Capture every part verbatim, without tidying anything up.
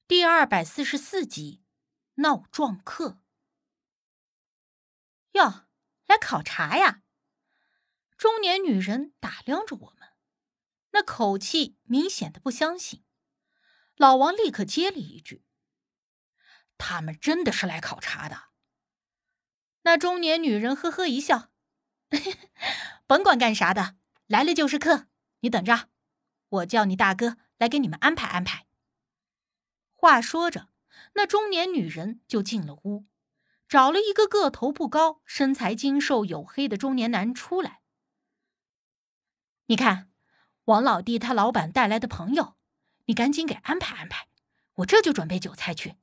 第二百四十四集，闹撞客。哟，来考察呀！中年女人打量着我们，那口气明显的不相信。老王立刻接了一句：“ 他们真的是来考察的。” 那中年女人呵呵一笑：“甭管干啥的，来了就是客，你等着，我叫你大哥来给你们安排安排。”话说着，那中年女人就进了屋，找了一个个头不高、身材精瘦黝黑的中年男出来。你看，王老弟他老板带来的朋友，你赶紧给安排安排，我这就准备酒菜去。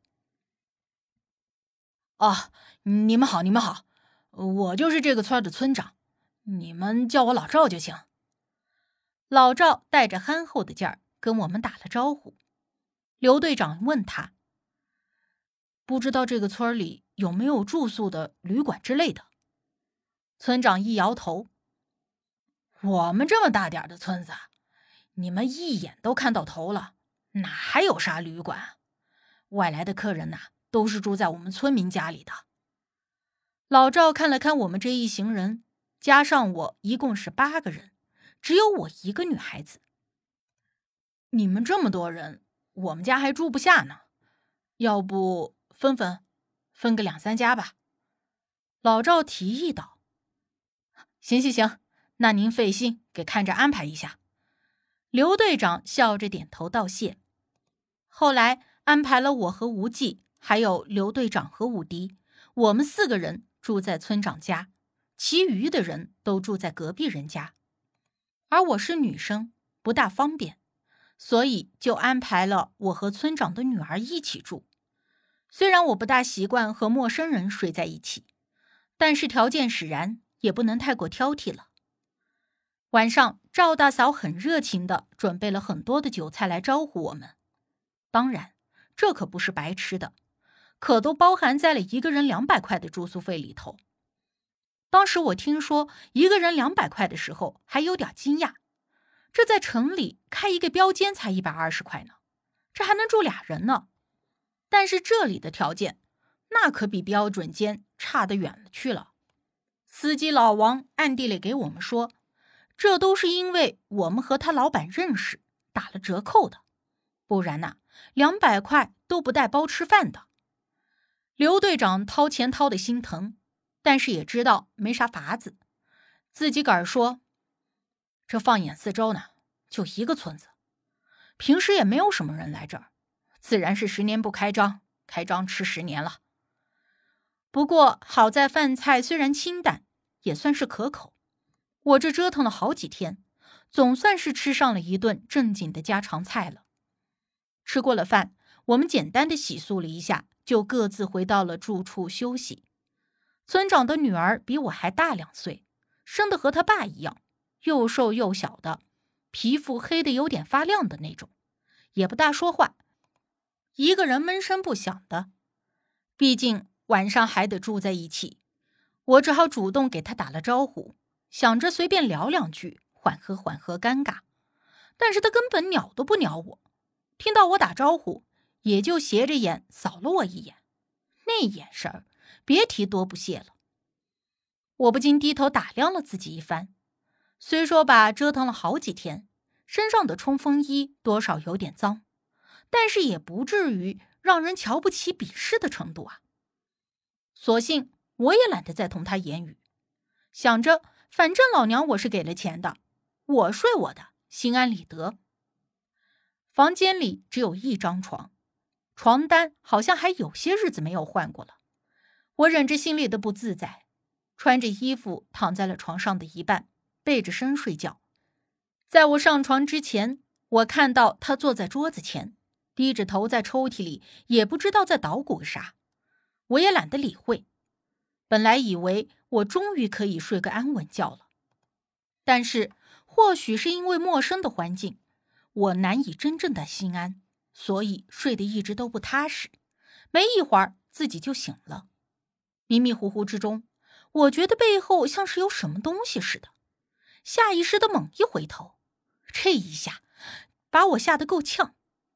哦，你们好，你们好，我就是这个村的村长，你们叫我老赵就行。 老赵带着憨厚的劲儿跟我们打了招呼。刘队长问他：“ 不知道这个村里有没有住宿的旅馆之类的？” 村长一摇头：“ 我们这么大点的村子，你们一眼都看到头了，哪还有啥旅馆？外来的客人呐、啊，都是住在我们村民家里的。” 老赵看了看我们这一行人，加上我一共是八个人，只有我一个女孩子。 你们这么多人，我们家还住不下呢，要不分分，分个两三家吧。 老赵提议道。行行行，那您费心给看着安排一下。刘队长笑着点头道谢。后来安排了我和吴忌，还有刘队长和武迪，我们四个人住在村长家，其余的人都住在隔壁人家。而我是女生，不大方便，所以就安排了我和村长的女儿一起住。虽然我不大习惯和陌生人睡在一起，但是条件使然，也不能太过挑剔了。晚上，赵大嫂很热情地准备了很多的酒菜来招呼我们。当然，这可不是白吃的，可都包含在了一个人两百块的住宿费里头。当时我听说一个人两百块的时候，还有点惊讶。这在城里开一个标间才一百二十块呢，这还能住俩人呢。但是这里的条件，那可比标准间差得远了去了。司机老王暗地里给我们说，这都是因为我们和他老板认识，打了折扣的，不然呐、啊，两百块都不带包吃饭的。刘队长掏钱掏得心疼，但是也知道没啥法子，自己个儿说，这放眼四周呢，就一个村子，平时也没有什么人来这儿，自然是十年不开张，开张吃十年了。不过好在饭菜虽然清淡，也算是可口。我这折腾了好几天，总算是吃上了一顿正经的家常菜了。吃过了饭，我们简单的洗漱了一下，就各自回到了住处休息。村长的女儿比我还大两岁，生得和他爸一样，又瘦又小的，皮肤黑得有点发亮的那种，也不大说话，一个人闷声不响的。毕竟晚上还得住在一起，我只好主动给他打了招呼，想着随便聊两句，缓和缓和尴尬。但是他根本鸟都不鸟我，听到我打招呼，也就斜着眼扫了我一眼，那眼神儿别提多不屑了。我不禁低头打量了自己一番，虽说吧折腾了好几天，身上的冲锋衣多少有点脏，但是也不至于让人瞧不起鄙视的程度啊。索性我也懒得再同他言语，想着反正老娘我是给了钱的，我睡我的，心安理得。房间里只有一张床，床单好像还有些日子没有换过了。我忍着心里的不自在，穿着衣服躺在了床上的一半，背着身睡觉。在我上床之前，我看到他坐在桌子前，低着头在抽屉里，也不知道在捣鼓个啥。我也懒得理会，本来以为我终于可以睡个安稳觉了，但是或许是因为陌生的环境，我难以真正的心安，所以睡得一直都不踏实。没一会儿自己就醒了，迷迷糊糊之中，我觉得背后像是有什么东西似的，下意识的猛一回头，这一下把我吓得够呛。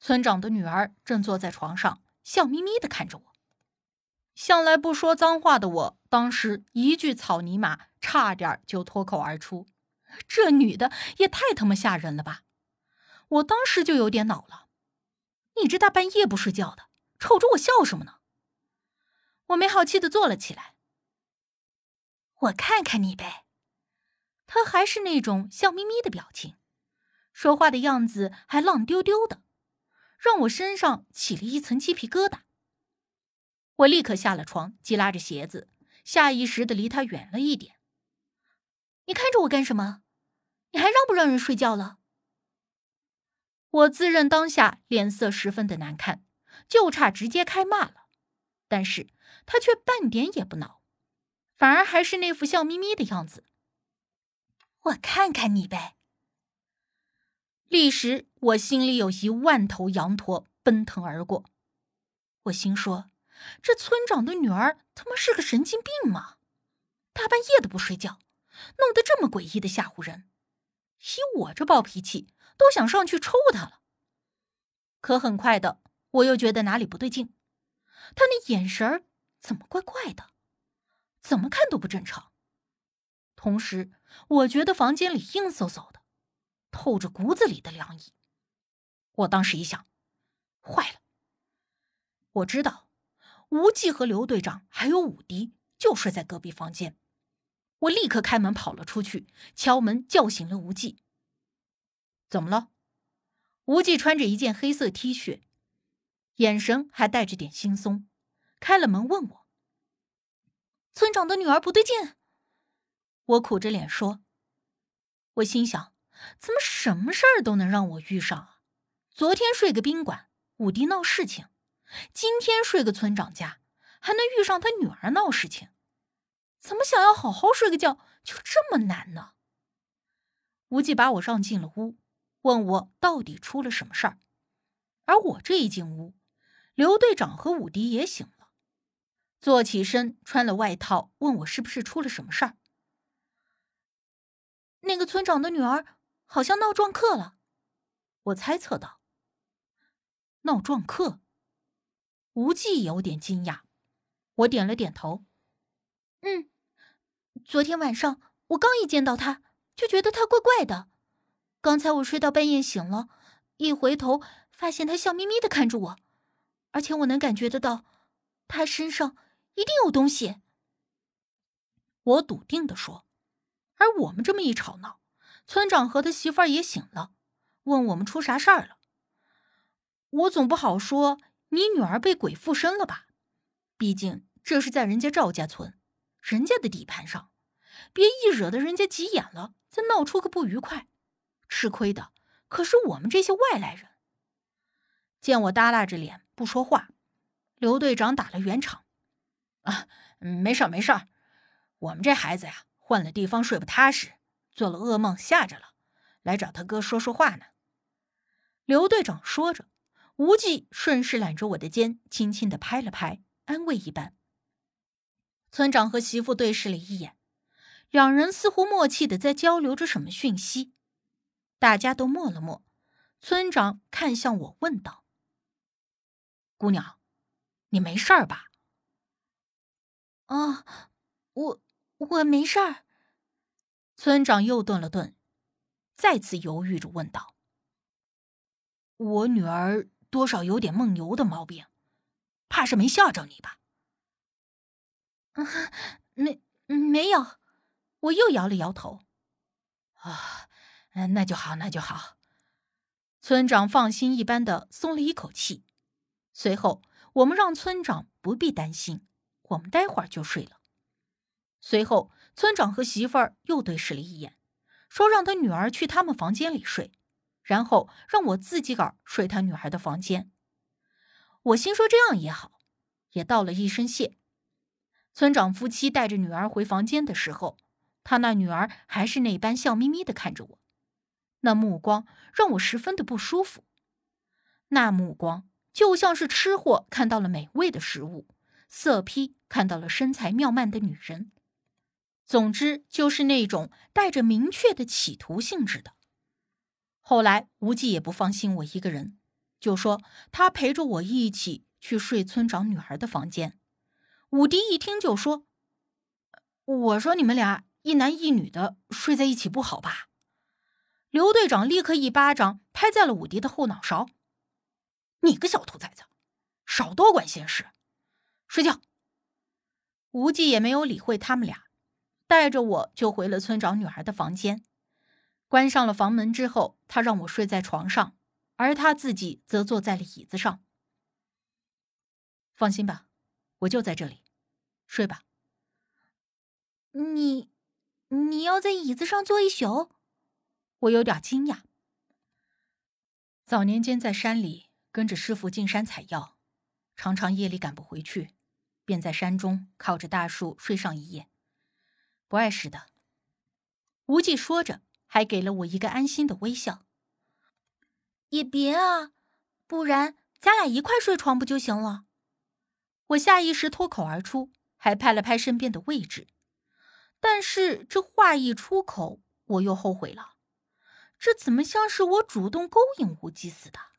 村长的女儿正坐在床上，笑眯眯地看着我。向来不说脏话的我，当时一句草泥马差点就脱口而出，这女的也太他妈吓人了吧！我当时就有点恼了，你这大半夜不睡觉的，瞅着我笑什么呢？我没好气地坐了起来。我看看你呗。她还是那种笑眯眯的表情，说话的样子还浪丢丢的，让我身上起了一层鸡皮疙瘩。我立刻下了床，急拉着鞋子，下意识地离她远了一点。你看着我干什么？你还让不让人睡觉了？我自认当下脸色十分的难看，就差直接开骂了，但是她却半点也不恼，反而还是那副笑眯眯的样子。我看看你呗。立时我心里有一万头羊驼奔腾而过，我心说，这村长的女儿他妈是个神经病吗？大半夜的不睡觉，弄得这么诡异的吓唬人，以我这暴脾气都想上去抽她了。可很快的，我又觉得哪里不对劲，她那眼神怎么怪怪的，怎么看都不正常。同时我觉得房间里阴飕飕的，透着骨子里的凉意。我当时一想，坏了，我知道吴忌和刘队长还有武迪就睡在隔壁房间。我立刻开门跑了出去，敲门叫醒了吴忌。怎么了？吴忌穿着一件黑色 T 恤，眼神还带着点惺忪，开了门问我。村长的女儿不对劲。我苦着脸说。我心想，怎么什么事儿都能让我遇上啊？昨天睡个宾馆，武迪闹事情，今天睡个村长家，还能遇上他女儿闹事情，怎么想要好好睡个觉就这么难呢？吴忌把我让进了屋，问我到底出了什么事儿。而我这一进屋，刘队长和武迪也醒了，坐起身穿了外套，问我是不是出了什么事儿。那个村长的女儿好像闹撞课了，我猜测道。闹撞课？吴忌有点惊讶，我点了点头。嗯，昨天晚上我刚一见到他，就觉得他怪怪的。刚才我睡到半夜醒了，一回头发现他笑眯眯的看着我，而且我能感觉得到，他身上一定有东西。我笃定地说。而我们这么一吵闹，村长和他媳妇儿也醒了，问我们出啥事儿了。我总不好说你女儿被鬼附身了吧？毕竟这是在人家赵家村，人家的地盘上，别一惹得人家急眼了，再闹出个不愉快，吃亏的可是我们这些外来人。见我耷拉着脸不说话，刘队长打了圆场。啊，没事儿没事儿，我们这孩子呀，换了地方睡不踏实，做了噩梦吓着了，来找他哥说说话呢。刘队长说着，无忌顺势揽着我的肩，轻轻地拍了拍，安慰一般。村长和媳妇对视了一眼，两人似乎默契地在交流着什么讯息。大家都默了默，村长看向我问道：姑娘，你没事儿吧？啊，我我没事儿。村长又顿了顿，再次犹豫着问道：我女儿多少有点梦游的毛病，怕是没吓着你吧？啊，没没有。我又摇了摇头。啊，那就好那就好。村长放心一般的松了一口气。随后我们让村长不必担心，我们待会儿就睡了。随后村长和媳妇儿又对视了一眼，说让他女儿去他们房间里睡，然后让我自己个儿睡他女儿的房间。我心说这样也好，也道了一声谢。村长夫妻带着女儿回房间的时候，他那女儿还是那般笑眯眯地看着我，那目光让我十分的不舒服。那目光就像是吃货看到了美味的食物，色批看到了身材妙曼的女人。总之就是那种带着明确的企图性质的。后来无忌也不放心我一个人， 就说他陪着我一起去睡村长女儿的房间。武迪一听就说：“我说你们俩一男一女的睡在一起不好吧？”刘队长立刻一巴掌拍在了武迪的后脑勺：“你个小兔崽子，少多管闲事，睡觉！”无忌也没有理会他们俩，带着我就回了村长女儿的房间。关上了房门之后，他让我睡在床上，而他自己则坐在了椅子上。放心吧，我就在这里，睡吧。 你，你要在椅子上坐一宿？ 我有点惊讶。早年间在山里跟着师傅进山采药，常常夜里赶不回去，便在山中靠着大树睡上一夜，不碍事的。无忌说着，还给了我一个安心的微笑。 也别啊，不然咱俩一块睡床不就行了？ 我下意识脱口而出，还拍了拍身边的位置。但是这话一出口，我又后悔了，这怎么像是我主动勾引无忌似的？